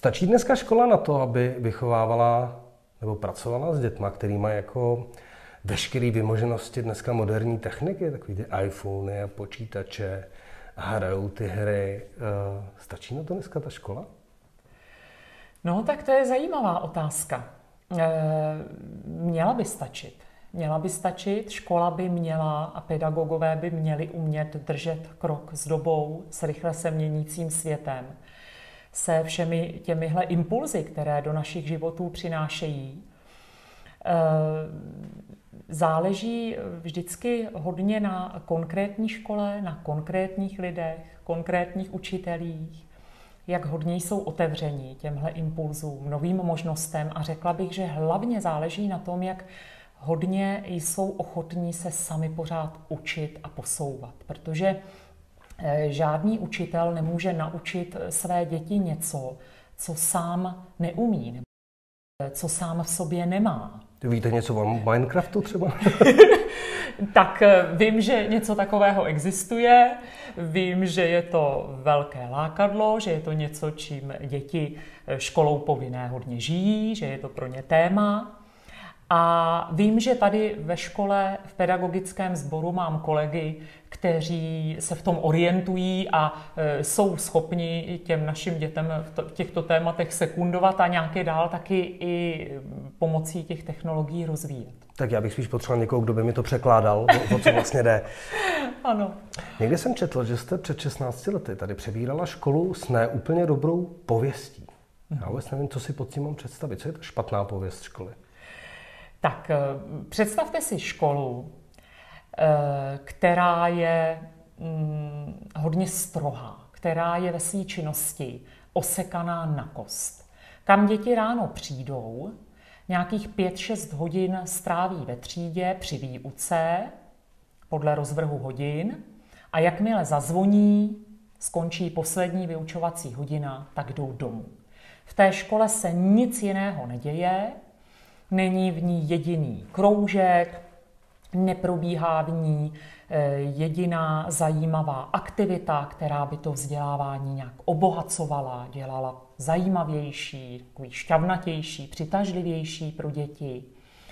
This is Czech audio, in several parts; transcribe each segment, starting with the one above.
Stačí dneska škola na to, aby vychovávala nebo pracovala s dětma, který mají jako veškeré vymoženosti dneska moderní techniky, takový ty iPhony a počítače, hrajou ty hry. Stačí na to dneska ta škola? No, tak to je zajímavá otázka. Měla by stačit. Měla by stačit, škola by měla a pedagogové by měli umět držet krok s dobou, s rychle se měnícím světem, se všemi těmihle impulzy, které do našich životů přinášejí. Záleží vždycky hodně na konkrétní škole, na konkrétních lidech, konkrétních učitelích, jak hodně jsou otevření těmhle impulzům, novým možnostem a řekla bych, že hlavně záleží na tom, jak hodně jsou ochotní se sami pořád učit a posouvat, protože žádný učitel nemůže naučit své děti něco, co sám neumí, nebo co sám v sobě nemá. Víte něco o Minecraftu třeba? Tak vím, že něco takového existuje, vím, že je to velké lákadlo, že je to něco, čím děti školou povinné hodně žijí, že je to pro ně téma. A vím, že tady ve škole, v pedagogickém sboru mám kolegy, kteří se v tom orientují a jsou schopni těm našim dětem v těchto tématech sekundovat a nějaké dál taky i pomocí těch technologií rozvíjet. Tak já bych spíš potřeboval někoho, kdo by mi to překládal, o co vlastně jde. Ano. Někde jsem četl, že jste před 16 lety tady přebírala školu s neúplně dobrou pověstí. Já vůbec nevím, co si pod tím mám představit. Co je ta špatná pověst školy? Tak představte si školu, která je hodně strohá, která je ve své činnosti osekaná na kost. Kam děti ráno přijdou, nějakých 5-6 hodin stráví ve třídě při výuce podle rozvrhu hodin a jakmile zazvoní, skončí poslední vyučovací hodina, tak jdou domů. V té škole se nic jiného neděje, není v ní jediný kroužek, neprobíhá v ní jediná zajímavá aktivita, která by to vzdělávání nějak obohacovala, dělala zajímavější, takový šťavnatější, přitažlivější pro děti.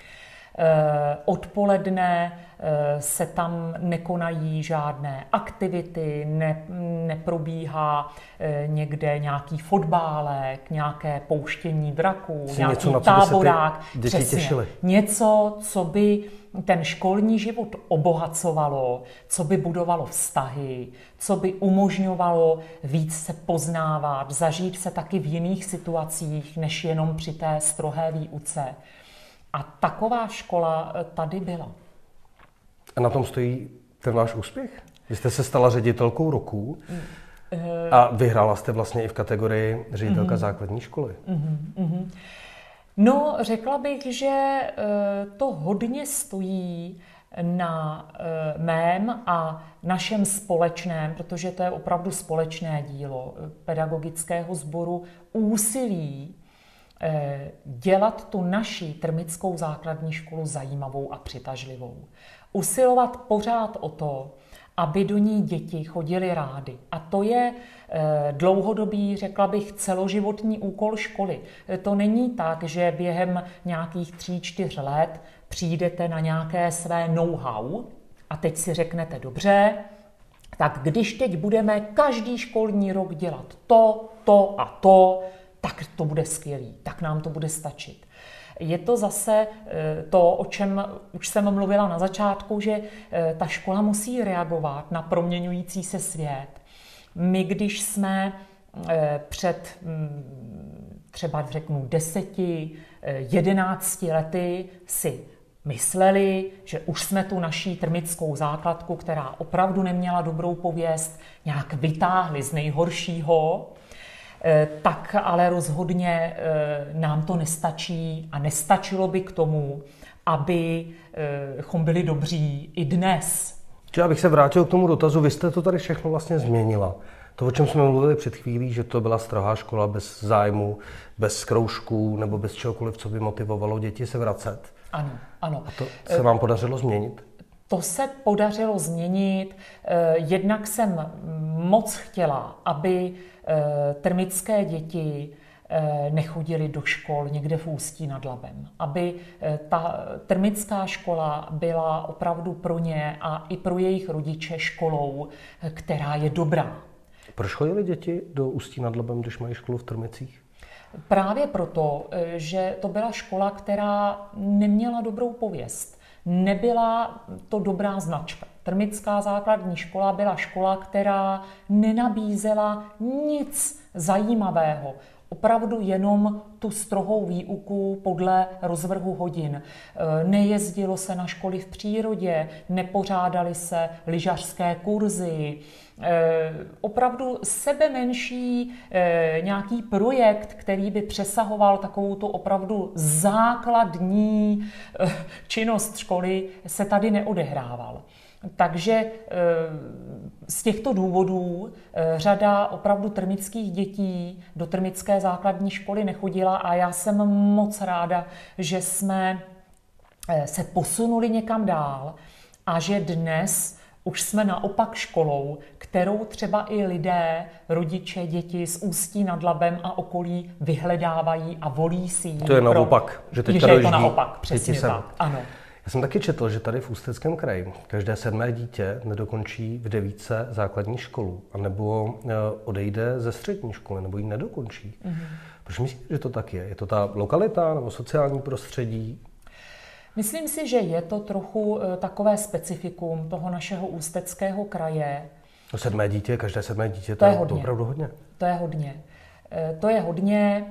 Odpoledne se tam nekonají žádné aktivity, neprobíhá někde nějaký fotbálek, nějaké pouštění draků, nějaký táborák. Přesně. Něco, co by ten školní život obohacovalo, co by budovalo vztahy, co by umožňovalo víc se poznávat, zažít se taky v jiných situacích, než jenom při té strohé výuce. A taková škola tady byla. A na tom stojí ten váš úspěch? Vy jste se stala ředitelkou roku a vyhrála jste vlastně i v kategorii ředitelka základní školy. No, řekla bych, že to hodně stojí na mém a našem společném, protože to je opravdu společné dílo pedagogického sboru, úsilí dělat tu naši Trmickou základní školu zajímavou a přitažlivou. Usilovat pořád o to, aby do ní děti chodily rády. A to je dlouhodobý, řekla bych, celoživotní úkol školy. To není tak, že během nějakých 3-4 let přijdete na nějaké své know-how a teď si řeknete, dobře, tak když teď budeme každý školní rok dělat to a to, tak to bude skvělý, tak nám to bude stačit. Je to zase to, o čem už jsem mluvila na začátku, že ta škola musí reagovat na proměňující se svět. My, když jsme před třeba řeknu 10-11 lety si mysleli, že už jsme tu naší Trmickou základku, která opravdu neměla dobrou pověst, nějak vytáhli z nejhoršího, tak ale rozhodně nám to nestačí a nestačilo by k tomu, abychom byli dobří i dnes. Já bych se vrátil k tomu dotazu, vy jste to tady všechno vlastně změnila. To, o čem jsme mluvili před chvílí, že to byla strohá škola bez zájmu, bez kroužků nebo bez čehokoliv, co by motivovalo děti se vracet. Ano, ano. A to se vám podařilo změnit? To se podařilo změnit. Jednak jsem moc chtěla, aby trmické děti nechodili do škol někde v Ústí nad Labem. Aby ta termická škola byla opravdu pro ně a i pro jejich rodiče školou, která je dobrá. Proč chodili děti do Ústí nad Labem, když mají školu v Trmicích? Právě proto, že to byla škola, která neměla dobrou pověst. Nebyla to dobrá značka. Trmická základní škola byla škola, která nenabízela nic zajímavého. Opravdu jenom tu strohou výuku podle rozvrhu hodin. Nejezdilo se na školy v přírodě, nepořádaly se lyžařské kurzy. Opravdu sebemenší nějaký projekt, který by přesahoval takovou tu opravdu základní činnost školy, se tady neodehrával. Takže z těchto důvodů řada opravdu trmických dětí do trmické základní školy nechodila a já jsem moc ráda, že jsme se posunuli někam dál a že dnes už jsme naopak školou, kterou třeba i lidé, rodiče, děti z Ústí nad Labem a okolí vyhledávají a volí si ji. To je naopak, že teď je to naopak, přesně tak, ano. Já jsem taky četl, že tady v Ústeckém kraji každé 7. dítě nedokončí v 9 základní školu, anebo odejde ze střední školy, nebo ji nedokončí. Proč myslíte, že to tak je? Je to ta lokalita nebo sociální prostředí? Myslím si, že je to trochu takové specifikum toho našeho Ústeckého kraje. To 7. dítě, každé 7. dítě, to je opravdu hodně. To je hodně. To je hodně.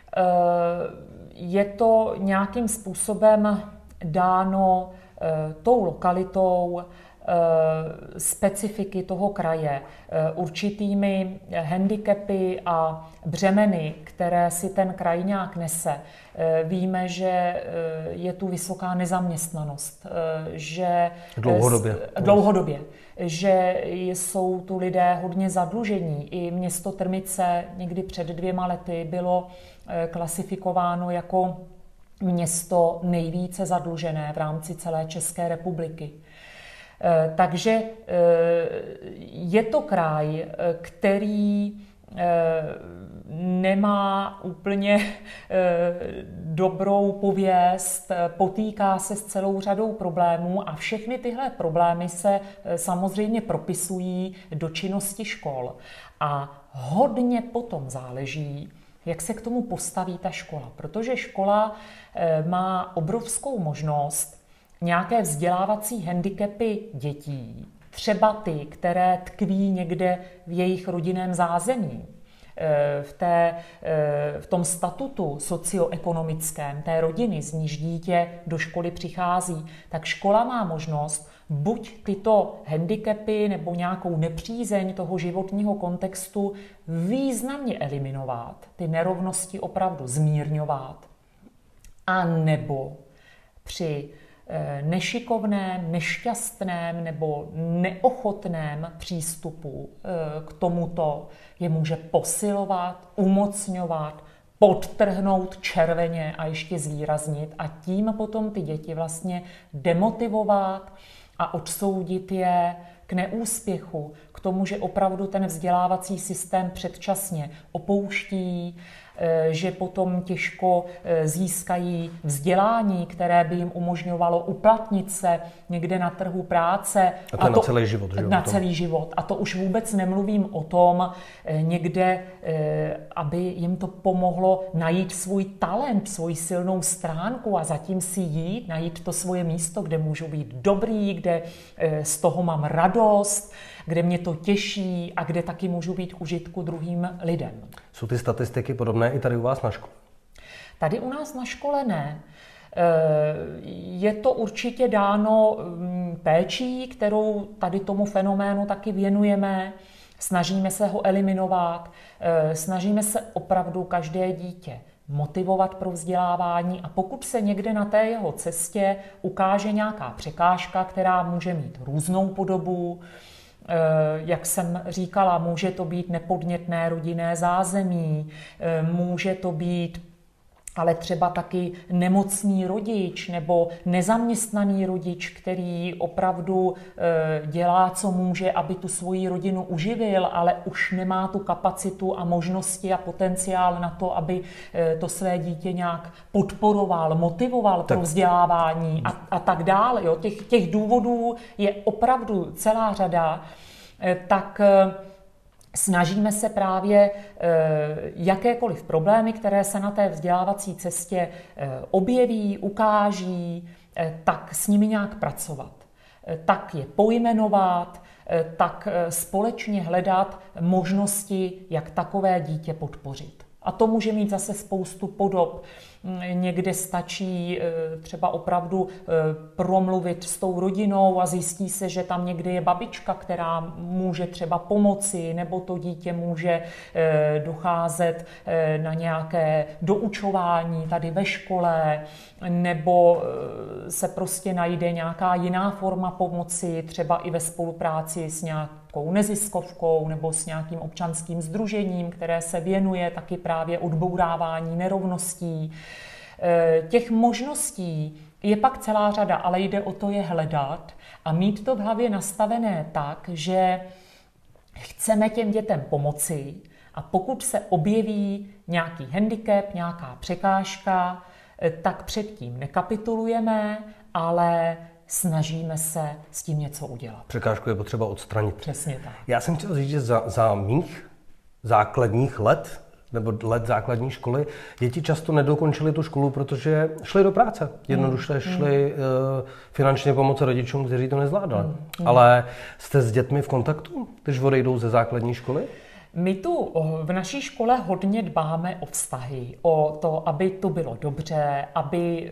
Je to nějakým způsobem dáno tou lokalitou, specifiky toho kraje, určitými handicapy a břemeny, které si ten kraj nějak nese. Víme, že je tu vysoká nezaměstnanost, že dlouhodobě, že jsou tu lidé hodně zadlužení. I město Trmice někdy před 2 lety bylo klasifikováno jako město nejvíce zadlužené v rámci celé České republiky. Takže je to kraj, který nemá úplně dobrou pověst, potýká se s celou řadou problémů a všechny tyhle problémy se samozřejmě propisují do činnosti škol. A hodně potom záleží, jak se k tomu postaví ta škola, protože škola má obrovskou možnost nějaké vzdělávací handicapy dětí, třeba ty, které tkví někde v jejich rodinném zázemí, v tom statutu socioekonomickém té rodiny, z níž dítě do školy přichází, tak škola má možnost buď tyto handicapy nebo nějakou nepřízeň toho životního kontextu významně eliminovat, ty nerovnosti opravdu zmírňovat, a nebo při nešikovném, nešťastném nebo neochotném přístupu k tomuto je může posilovat, umocňovat, podtrhnout červeně a ještě zvýraznit a tím potom ty děti vlastně demotivovat a odsoudit je k neúspěchu, k tomu, že opravdu ten vzdělávací systém předčasně opouští, že potom těžko získají vzdělání, které by jim umožňovalo uplatnit se někde na trhu práce. A to na celý život. Že? Na celý život. A to už vůbec nemluvím o tom někde, aby jim to pomohlo najít svůj talent, svoji silnou stránku a zatím si jít, najít to svoje místo, kde můžu být dobrý, kde z toho mám radost, kde mě to těší a kde taky můžu být k užitku druhým lidem. Jsou ty statistiky podobné i tady u vás na škole? Tady u nás na škole ne. Je to určitě dáno péčí, kterou tady tomu fenoménu taky věnujeme. Snažíme se ho eliminovat, snažíme se opravdu každé dítě motivovat pro vzdělávání a pokud se někde na té jeho cestě ukáže nějaká překážka, která může mít různou podobu, jak jsem říkala, může to být nepodnětné rodinné zázemí, může to být ale třeba taky nemocný rodič nebo nezaměstnaný rodič, který opravdu dělá, co může, aby tu svoji rodinu uživil, ale už nemá tu kapacitu a možnosti a potenciál na to, aby to své dítě nějak podporoval, motivoval pro vzdělávání a tak dále. Jo. Těch důvodů je opravdu celá řada, tak snažíme se právě jakékoliv problémy, které se na té vzdělávací cestě objeví, ukáží, tak s nimi nějak pracovat. Tak je pojmenovat, tak společně hledat možnosti, jak takové dítě podpořit. A to může mít zase spoustu podob. Někde stačí třeba opravdu promluvit s tou rodinou a zjistí se, že tam někde je babička, která může třeba pomoci, nebo to dítě může docházet na nějaké doučování tady ve škole, nebo se prostě najde nějaká jiná forma pomoci, třeba i ve spolupráci s nějakou neziskovkou nebo s nějakým občanským sdružením, které se věnuje taky právě odbourávání nerovností. Těch možností je pak celá řada, ale jde o to je hledat a mít to v hlavě nastavené tak, že chceme těm dětem pomoci a pokud se objeví nějaký handicap, nějaká překážka, tak předtím nekapitulujeme, ale snažíme se s tím něco udělat. Překážku je potřeba odstranit. Přesně tak. Já jsem chtěl říct, že za mých základních let, nebo let základní školy, děti často nedokončily tu školu, protože šly do práce. Jednoduše šly finančně pomoci rodičům, kteří to nezvládali. Ale jste s dětmi v kontaktu, když odejdou ze základní školy? My tu v naší škole hodně dbáme o vztahy, o to, aby tu bylo dobře, aby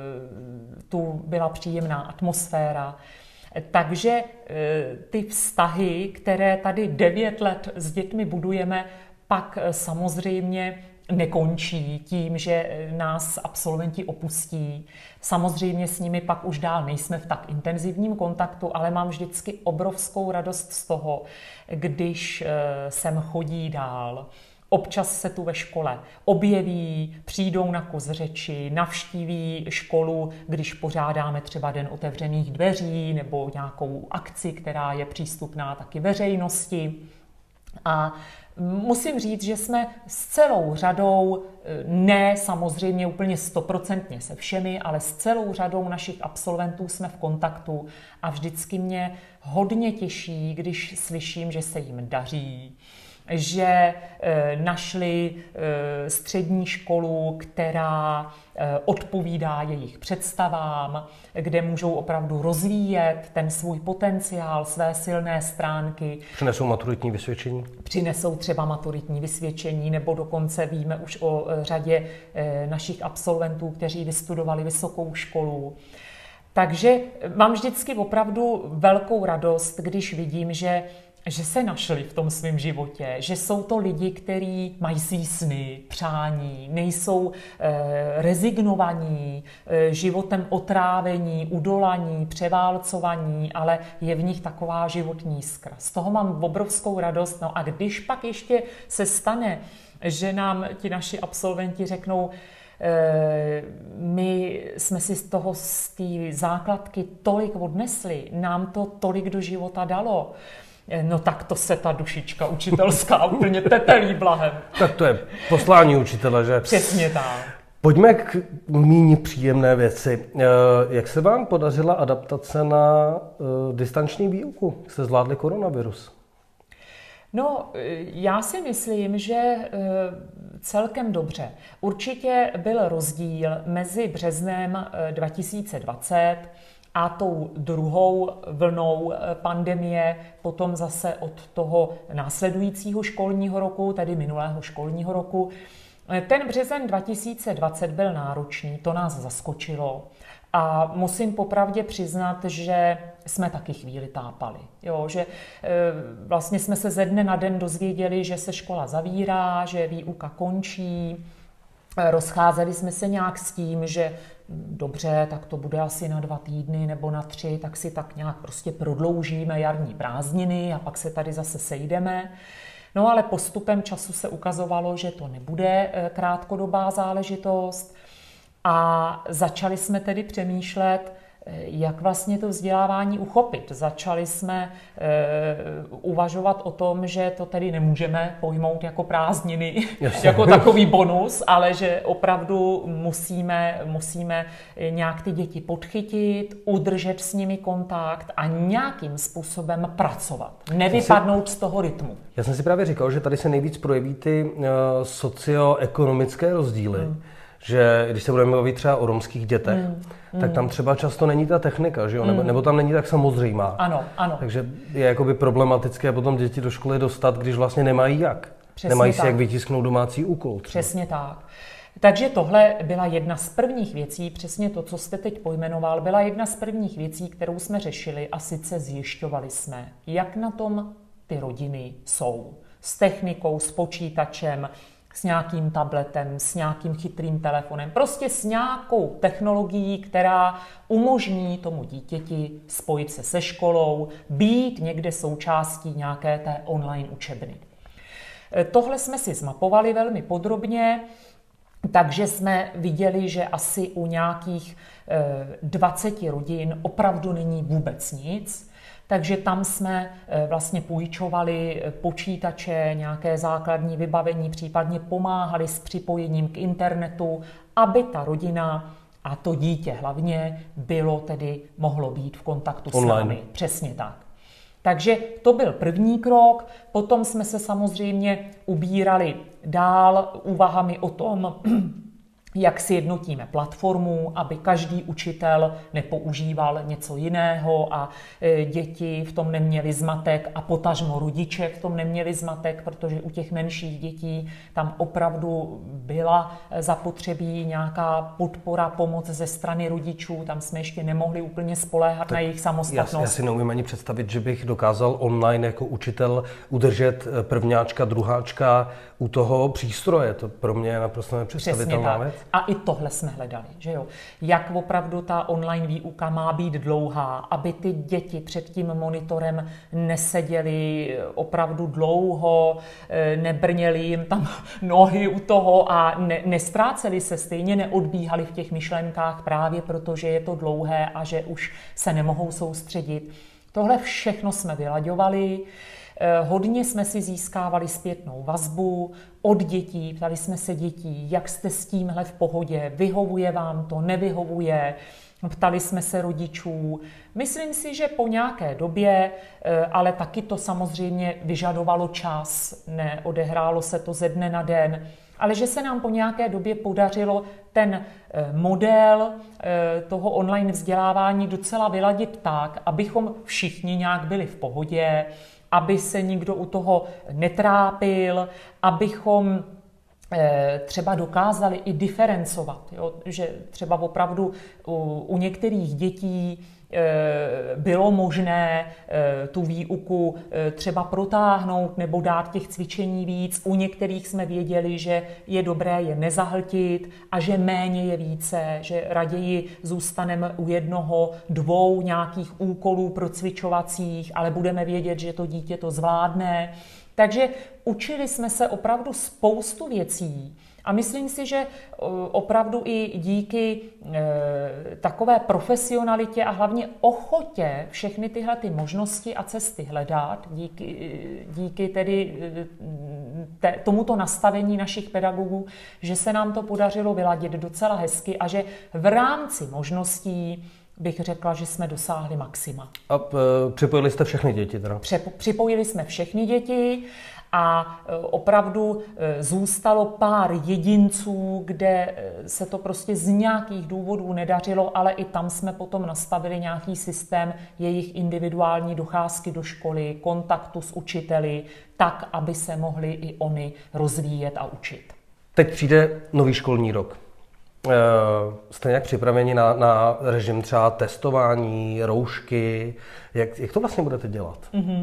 tu byla příjemná atmosféra. Takže ty vztahy, které tady 9 let s dětmi budujeme, pak samozřejmě nekončí tím, že nás absolventi opustí. Samozřejmě s nimi pak už dál nejsme v tak intenzivním kontaktu, ale mám vždycky obrovskou radost z toho, když sem chodí dál. Občas se tu ve škole objeví, přijdou na kus řeči, navštíví školu, když pořádáme třeba den otevřených dveří nebo nějakou akci, která je přístupná taky veřejnosti. A musím říct, že jsme s celou řadou, ne samozřejmě úplně 100% se všemi, ale s celou řadou našich absolventů jsme v kontaktu a vždycky mě hodně těší, když slyším, že se jim daří, že našli střední školu, která odpovídá jejich představám, kde můžou opravdu rozvíjet ten svůj potenciál, své silné stránky. Přinesou maturitní vysvědčení? Přinesou třeba maturitní vysvědčení, nebo dokonce víme už o řadě našich absolventů, kteří vystudovali vysokou školu. Takže mám vždycky opravdu velkou radost, když vidím, že se našli v tom svém životě, že jsou to lidi, kteří mají svý sny, přání, nejsou rezignovaní, životem otrávení, udolaní, převálcovaní, ale je v nich taková životní jiskra. Z toho mám obrovskou radost. No a když pak ještě se stane, že nám ti naši absolventi řeknou, my jsme si z té základky tolik odnesli, nám to tolik do života dalo, no tak to se ta dušička učitelská úplně tetelí blahem. Tak to je poslání učitele, že? Přesně tak. Pojďme k méně příjemné věci. Jak se vám podařila adaptace na distanční výuku? Jak jste zvládli koronavirus? No, já si myslím, že celkem dobře. Určitě byl rozdíl mezi březnem 2020 a tou druhou vlnou pandemie, potom zase od toho následujícího školního roku, tedy minulého školního roku. Ten březen 2020 byl náročný, to nás zaskočilo. A musím popravdě přiznat, že jsme taky chvíli tápali. Jo, že vlastně jsme se ze dne na den dozvěděli, že se škola zavírá, že výuka končí. Rozcházeli jsme se nějak s tím, že dobře, tak to bude asi na 2 týdny nebo na 3, tak si tak nějak prostě prodloužíme jarní prázdniny a pak se tady zase sejdeme. No ale postupem času se ukazovalo, že to nebude krátkodobá záležitost a začali jsme tedy přemýšlet, jak vlastně to vzdělávání uchopit. Začali jsme uvažovat o tom, že to tedy nemůžeme pojmout jako prázdniny, jako takový bonus, ale že opravdu musíme nějak ty děti podchytit, udržet s nimi kontakt a nějakým způsobem pracovat. Nevypadnout z toho rytmu. Já jsem si právě říkal, že tady se nejvíc projeví ty socioekonomické rozdíly. Že když se budeme bavit třeba o romských dětech, tak tam třeba často není ta technika, že jo? Nebo tam není tak samozřejmá. Ano. Takže je jakoby problematické potom děti do školy dostat, když vlastně nemají jak. Přesně nemají tak. Si jak vytisknout domácí úkol. Třeba. Přesně tak. Takže tohle byla jedna z prvních věcí, přesně to, co jste teď pojmenoval, byla jedna z prvních věcí, kterou jsme řešili a sice zjišťovali jsme, jak na tom ty rodiny jsou. S technikou, s počítačem, s nějakým tabletem, s nějakým chytrým telefonem, prostě s nějakou technologií, která umožní tomu dítěti spojit se se školou, být někde součástí nějaké té online učebny. Tohle jsme si zmapovali velmi podrobně, takže jsme viděli, že asi u nějakých 20 rodin opravdu není vůbec nic. Takže tam jsme vlastně půjčovali počítače, nějaké základní vybavení, případně pomáhali s připojením k internetu, aby ta rodina a to dítě hlavně mohlo být v kontaktu online. S námi. Přesně tak. Takže to byl první krok, potom jsme se samozřejmě ubírali dál úvahami o tom, jak si jednotíme platformu, aby každý učitel nepoužíval něco jiného a děti v tom neměli zmatek a potažmo rodiče v tom neměli zmatek, protože u těch menších dětí tam opravdu byla zapotřebí nějaká podpora, pomoc ze strany rodičů, tam jsme ještě nemohli úplně spoléhat tak na jejich samostatnost. Já si neumím ani představit, že bych dokázal online jako učitel udržet prvňáčka, druháčka u toho přístroje. To pro mě je naprosto nepředstavitelná věc. A i tohle jsme hledali, že jo. Jak opravdu ta online výuka má být dlouhá, aby ty děti před tím monitorem neseděly opravdu dlouho, nebrněly jim tam nohy u toho a nestráceli se, stejně neodbíhali v těch myšlenkách právě protože je to dlouhé a že už se nemohou soustředit. Tohle všechno jsme vylaďovali. Hodně jsme si získávali zpětnou vazbu od dětí, ptali jsme se dětí, jak jste s tímhle v pohodě, vyhovuje vám to, nevyhovuje, ptali jsme se rodičů. Myslím si, že po nějaké době, ale taky to samozřejmě vyžadovalo čas, neodehrálo se to ze dne na den, ale že se nám po nějaké době podařilo ten model toho online vzdělávání docela vyladit tak, abychom všichni nějak byli v pohodě, aby se nikdo u toho netrápil, abychom třeba dokázali i diferencovat, jo? Že třeba opravdu u některých dětí bylo možné tu výuku třeba protáhnout nebo dát těch cvičení víc. U některých jsme věděli, že je dobré je nezahltit a že méně je více, že raději zůstaneme u 1, 2 nějakých úkolů procvičovacích, ale budeme vědět, že to dítě to zvládne. Takže učili jsme se opravdu spoustu věcí. A myslím si, že opravdu i díky takové profesionalitě a hlavně ochotě všechny tyhle ty možnosti a cesty hledat, díky tedy tomuto nastavení našich pedagogů, že se nám to podařilo vyladit docela hezky a že v rámci možností bych řekla, že jsme dosáhli maxima. A připojili jste všechny děti teda? Připojili jsme všechny děti. A opravdu zůstalo pár jedinců, kde se to prostě z nějakých důvodů nedařilo, ale i tam jsme potom nastavili nějaký systém jejich individuální docházky do školy, kontaktu s učiteli, tak, aby se mohli i oni rozvíjet a učit. Teď přijde nový školní rok. Jste nějak připraveni na režim třeba testování, roušky? Jak to vlastně budete dělat?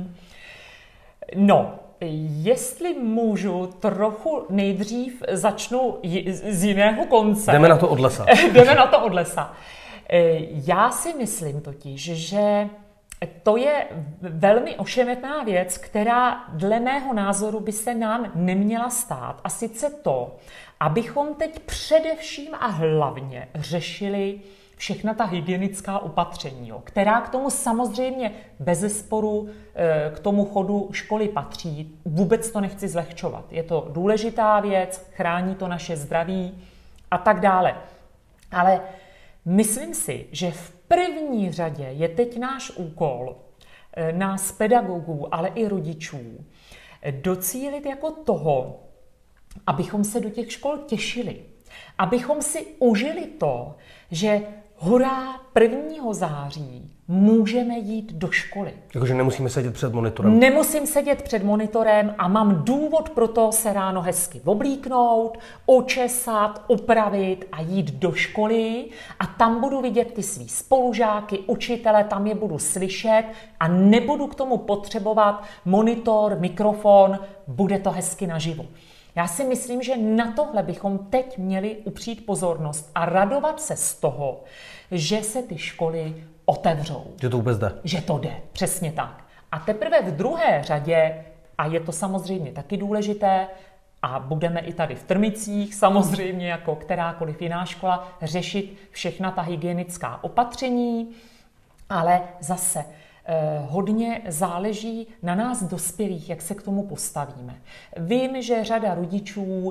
No, jestli můžu, trochu nejdřív začnu z jiného konce. Jdeme na to od lesa. Jdeme na to od lesa. Já si myslím totiž, že To je velmi ošemetná věc, která dle mého názoru by se nám neměla stát. A sice to, abychom teď především a hlavně řešili všechna ta hygienická opatření, která k tomu samozřejmě bezesporu k tomu chodu školy patří. Vůbec to nechci zlehčovat. Je to důležitá věc, chrání to naše zdraví a tak dále. Ale myslím si, že v první řadě je teď náš úkol, nás pedagogů, ale i rodičů, docílit jako toho, abychom se do těch škol těšili. Abychom si užili to, že hurá 1. září můžeme jít do školy. Jakože nemusíme sedět před monitorem. Nemusím sedět před monitorem a mám důvod pro to se ráno hezky oblíknout, očesat, upravit a jít do školy a tam budu vidět ty svý spolužáky, učitele, tam je budu slyšet a nebudu k tomu potřebovat monitor, mikrofon, bude to hezky naživo. Já si myslím, že na tohle bychom teď měli upřít pozornost a radovat se z toho, že se ty školy otevřou. Že to vůbec jde. Že to jde, přesně tak. A teprve v druhé řadě, a je to samozřejmě taky důležité, a budeme i tady v Trmicích, samozřejmě jako kterákoliv jiná škola, řešit všechna ta hygienická opatření, ale zase hodně záleží na nás dospělých, jak se k tomu postavíme. Vím, že řada rodičů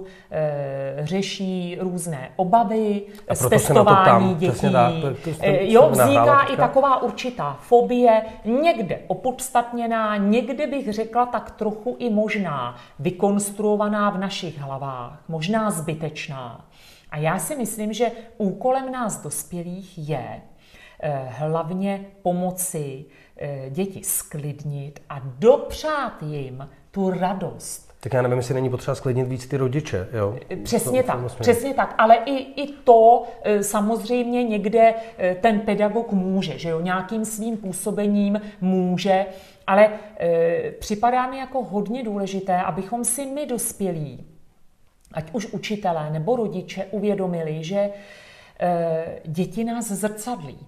řeší různé obavy z testování dětí. Vzniká i taková určitá fobie, někde opodstatněná, někde bych řekla tak trochu i možná vykonstruovaná v našich hlavách, možná zbytečná. A já si myslím, že úkolem nás dospělých je hlavně pomoci děti sklidnit a dopřát jim tu radost. Tak já nevím, jestli není potřeba sklidnit víc ty rodiče. Jo? Přesně tak. Ale i to samozřejmě někde ten pedagog může, že jo, nějakým svým působením může, ale připadá mi jako hodně důležité, abychom si my dospělí, ať už učitelé nebo rodiče, uvědomili, že děti nás zrcadlí.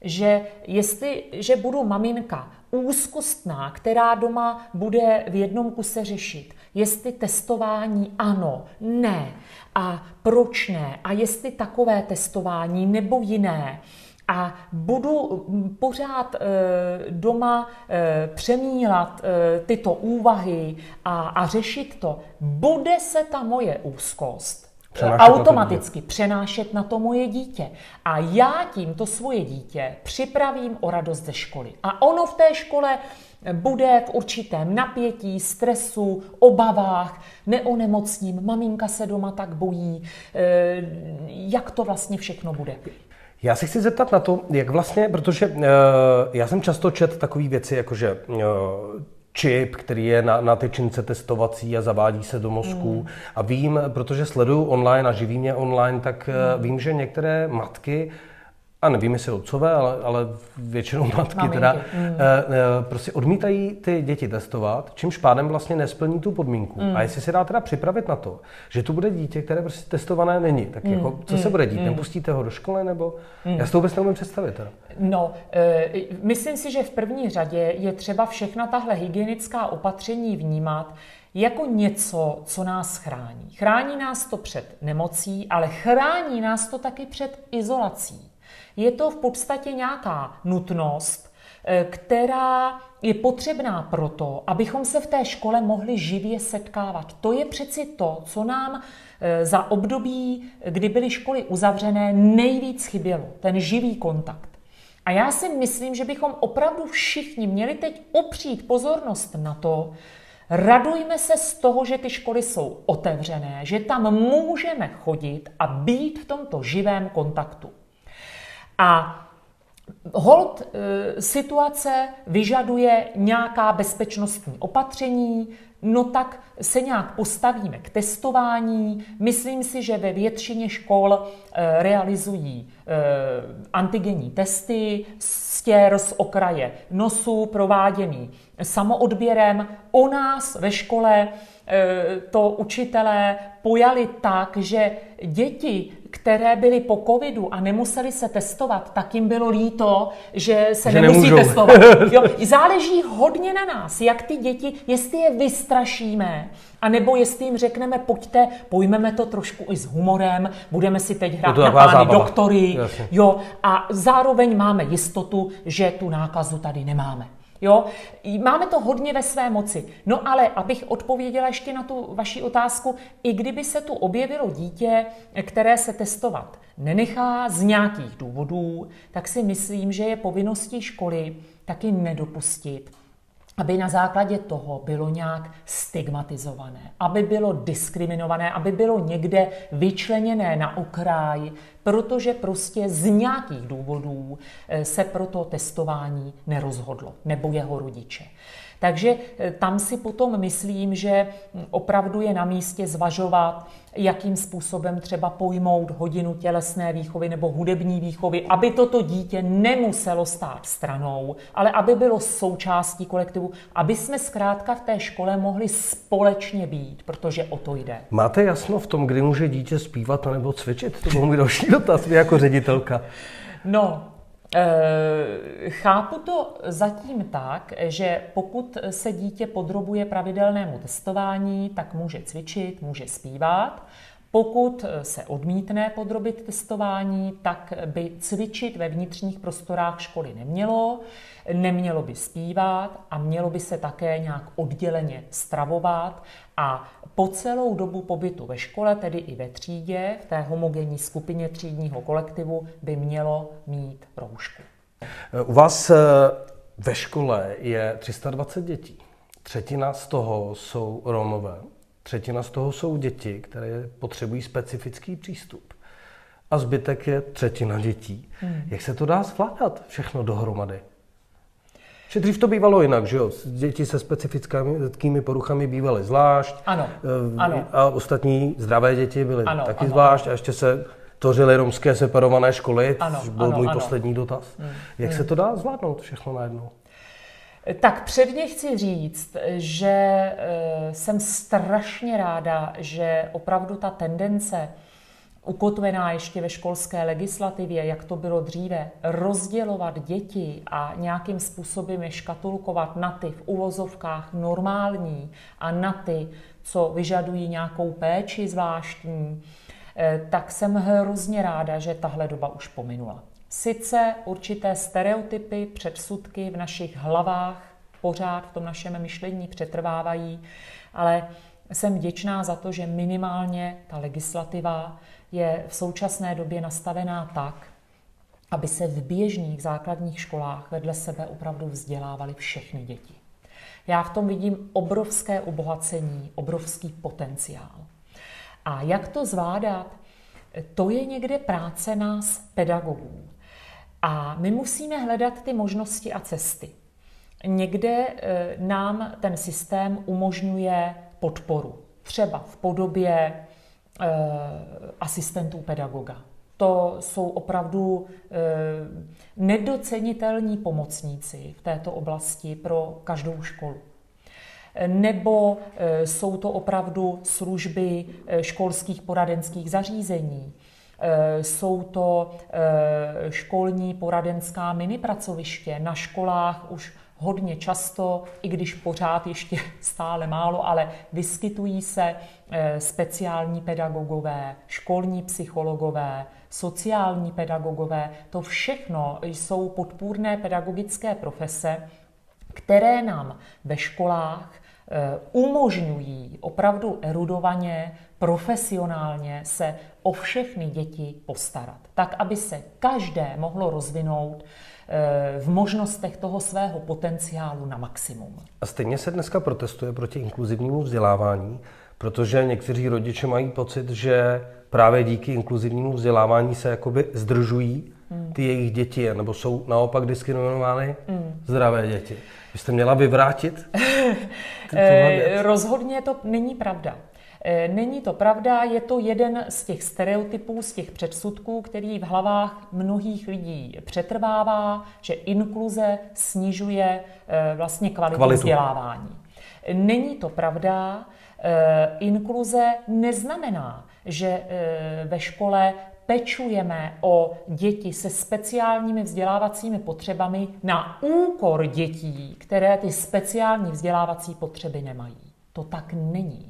Že budu maminka úzkostná, která doma bude v jednom kuse řešit, jestli testování ano, ne a proč ne a jestli takové testování nebo jiné. A budu pořád doma přemýšlet tyto úvahy a řešit to, bude se ta moje úzkost automaticky přenášet na to moje dítě. A já tím to svoje dítě připravím o radost ze školy. A ono v té škole bude v určitém napětí, stresu, obavách, neonemocním, maminka se doma tak bojí, jak to vlastně všechno bude. Já se chci zeptat na to, jak vlastně, protože já jsem často četl takové věci, jakože čip, který je na tyčince testovací a zavádí se do mozku. A vím, protože sleduju online a živí mě online, tak vím, že některé matky, a nevím, jestli otcové, ale většinou matky teda, prostě odmítají ty děti testovat, čímž pádem vlastně nesplní tu podmínku. A jestli se dá teda připravit na to, že tu bude dítě, které prostě testované není, tak jako, co se bude dít? Nepustíte ho do školy, nebo? Já si to vůbec neumím představit. Teda. No, myslím si, že v první řadě je třeba všechna tahle hygienická opatření vnímat jako něco, co nás chrání. Chrání nás to před nemocí, ale chrání nás to taky před izolací. Je to v podstatě nějaká nutnost, která je potřebná proto, abychom se v té škole mohli živě setkávat. To je přeci to, co nám za období, kdy byly školy uzavřené, nejvíc chybělo. Ten živý kontakt. A já si myslím, že bychom opravdu všichni měli teď upřít pozornost na to, radujme se z toho, že ty školy jsou otevřené, že tam můžeme chodit a být v tomto živém kontaktu. A holt situace vyžaduje nějaká bezpečnostní opatření, no tak se nějak postavíme k testování. Myslím si, že ve většině škol realizují antigenní testy, stěr z okraje nosu prováděný samoodběrem. U nás ve škole to učitelé pojali tak, že děti, které byly po covidu a nemuseli se testovat, tak jim bylo líto, že se nemusí testovat. Jo, záleží hodně na nás, jak ty děti, jestli je vystrašíme, anebo jestli jim řekneme, pojďte, pojmeme to trošku i s humorem, budeme si teď hrát na pány doktory, jo, a zároveň máme jistotu, že tu nákazu tady nemáme. Jo, máme to hodně ve své moci. No ale, abych odpověděla ještě na tu vaši otázku, i kdyby se tu objevilo dítě, které se testovat nenechá z nějakých důvodů, tak si myslím, že je povinností školy taky nedopustit, aby na základě toho bylo nějak stigmatizované, aby bylo diskriminované, aby bylo někde vyčleněné na okraj, protože prostě z nějakých důvodů se pro to testování nerozhodlo, nebo jeho rodiče. Takže tam si potom myslím, že opravdu je na místě zvažovat, jakým způsobem třeba pojmout hodinu tělesné výchovy nebo hudební výchovy, aby toto dítě nemuselo stát stranou, ale aby bylo součástí kolektivu, aby jsme zkrátka v té škole mohli společně být, protože o to jde. Máte jasno v tom, kdy může dítě zpívat nebo cvičit? To byl můj další dotaz, vy jako ředitelka. No, chápu to zatím tak, že pokud se dítě podrobuje pravidelnému testování, tak může cvičit, může zpívat. Pokud se odmítne podrobit testování, tak by cvičit ve vnitřních prostorách školy nemělo by zpívat a mělo by se také nějak odděleně stravovat a po celou dobu pobytu ve škole, tedy i ve třídě, v té homogenní skupině třídního kolektivu, by mělo mít roušku. U vás ve škole je 320 dětí. Třetina z toho jsou Romové. Třetina z toho jsou děti, které potřebují specifický přístup. A zbytek je třetina dětí. Jak se to dá zvládat všechno dohromady? Že dřív to bývalo jinak, že jo? Děti se specifickými poruchami bývaly zvlášť. Ano. A ostatní zdravé děti byly taky zvlášť. A ještě se tvořily romské separované školy, což byl můj poslední dotaz. Jak se to dá zvládnout všechno najednou? Tak předně chci říct, že jsem strašně ráda, že opravdu ta tendence ukotvená ještě ve školské legislativě, jak to bylo dříve, rozdělovat děti a nějakým způsobem je škatulkovat na ty v uvozovkách normální a na ty, co vyžadují nějakou péči zvláštní, tak jsem hrozně ráda, že tahle doba už pominula. Sice určité stereotypy, předsudky v našich hlavách pořád v tom našem myšlení přetrvávají, ale jsem vděčná za to, že minimálně ta legislativa je v současné době nastavená tak, aby se v běžných základních školách vedle sebe opravdu vzdělávaly všechny děti. Já v tom vidím obrovské obohacení, obrovský potenciál. A jak to zvládat? To je někde práce nás pedagogů. A my musíme hledat ty možnosti a cesty. Někde nám ten systém umožňuje podporu. Třeba v podobě asistentů pedagoga. To jsou opravdu nedocenitelní pomocníci v této oblasti pro každou školu. Nebo jsou to opravdu služby školských poradenských zařízení. Jsou to školní poradenská minipracoviště. Na školách už hodně často, i když pořád ještě stále málo, ale vyskytují se speciální pedagogové, školní psychologové, sociální pedagogové. To všechno jsou podpůrné pedagogické profese, které nám ve školách umožňují opravdu erudovaně, profesionálně se o všechny děti postarat. Tak, aby se každé mohlo rozvinout v možnostech toho svého potenciálu na maximum. A stejně se dneska protestuje proti inkluzivnímu vzdělávání, protože někteří rodiče mají pocit, že právě díky inkluzivnímu vzdělávání se jakoby zdržují ty jejich děti, nebo jsou naopak diskriminovány zdravé děti. Vy jste měla vyvrátit? Rozhodně to není pravda. Není to pravda, je to jeden z těch stereotypů, z těch předsudků, který v hlavách mnohých lidí přetrvává, že inkluze snižuje vlastně kvalitu vzdělávání. Není to pravda. Inkluze neznamená, že ve škole pečujeme o děti se speciálními vzdělávacími potřebami na úkor dětí, které ty speciální vzdělávací potřeby nemají. To tak není.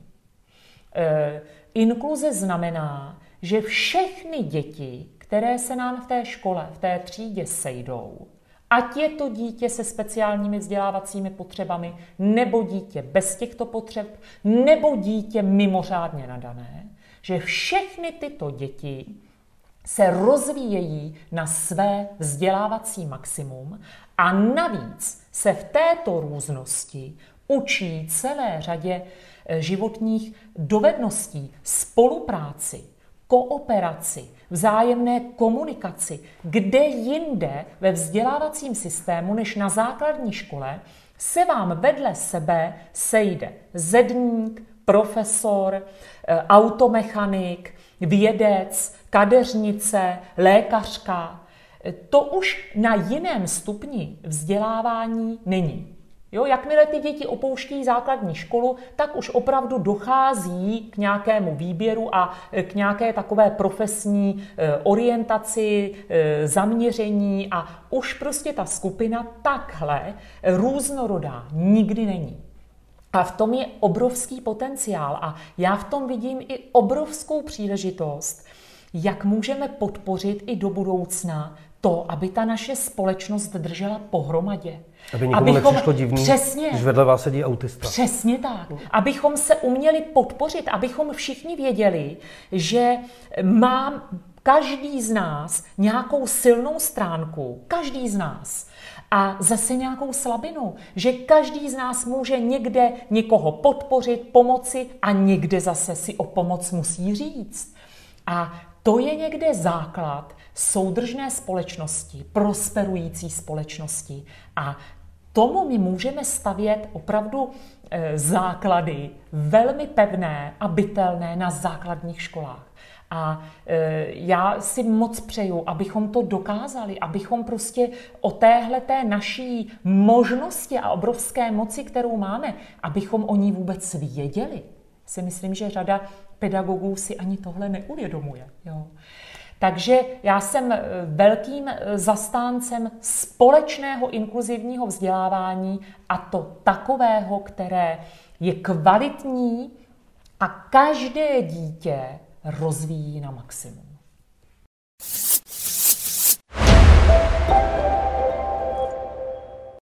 Inkluze znamená, že všechny děti, které se nám v té škole, v té třídě sejdou, ať je to dítě se speciálními vzdělávacími potřebami, nebo dítě bez těchto potřeb, nebo dítě mimořádně nadané, že všechny tyto děti se rozvíjejí na své vzdělávací maximum a navíc se v této různosti učí celé řadě životních dovedností, spolupráci, kooperaci, vzájemné komunikaci, kde jinde ve vzdělávacím systému než na základní škole se vám vedle sebe sejde zedník, profesor, automechanik, vědec, kadeřnice, lékařka. To už na jiném stupni vzdělávání není. Jo, jakmile ty děti opouštějí základní školu, tak už opravdu dochází k nějakému výběru a k nějaké takové profesní orientaci, zaměření a už prostě ta skupina takhle různorodá nikdy není. A v tom je obrovský potenciál a já v tom vidím i obrovskou příležitost, jak můžeme podpořit i do budoucna to, aby ta naše společnost držela pohromadě. Aby nikomu nepřišlo divný, když vedle vás sedí autista. Přesně tak. Abychom se uměli podpořit, abychom všichni věděli, že má každý z nás nějakou silnou stránku, každý z nás, a zase nějakou slabinu, že každý z nás může někde někoho podpořit, pomoci a někde zase si o pomoc musí říct. A to je někde základ soudržné společnosti, prosperující společnosti. A tomu my můžeme stavět opravdu základy velmi pevné a bytelné na základních školách. A já si moc přeju, abychom to dokázali, abychom prostě o téhleté naší možnosti a obrovské moci, kterou máme, abychom o ní vůbec věděli. Si myslím, že řada pedagogů si ani tohle neuvědomuje. Jo. Takže já jsem velkým zastáncem společného inkluzivního vzdělávání a to takového, které je kvalitní a každé dítě rozvíjí na maximum.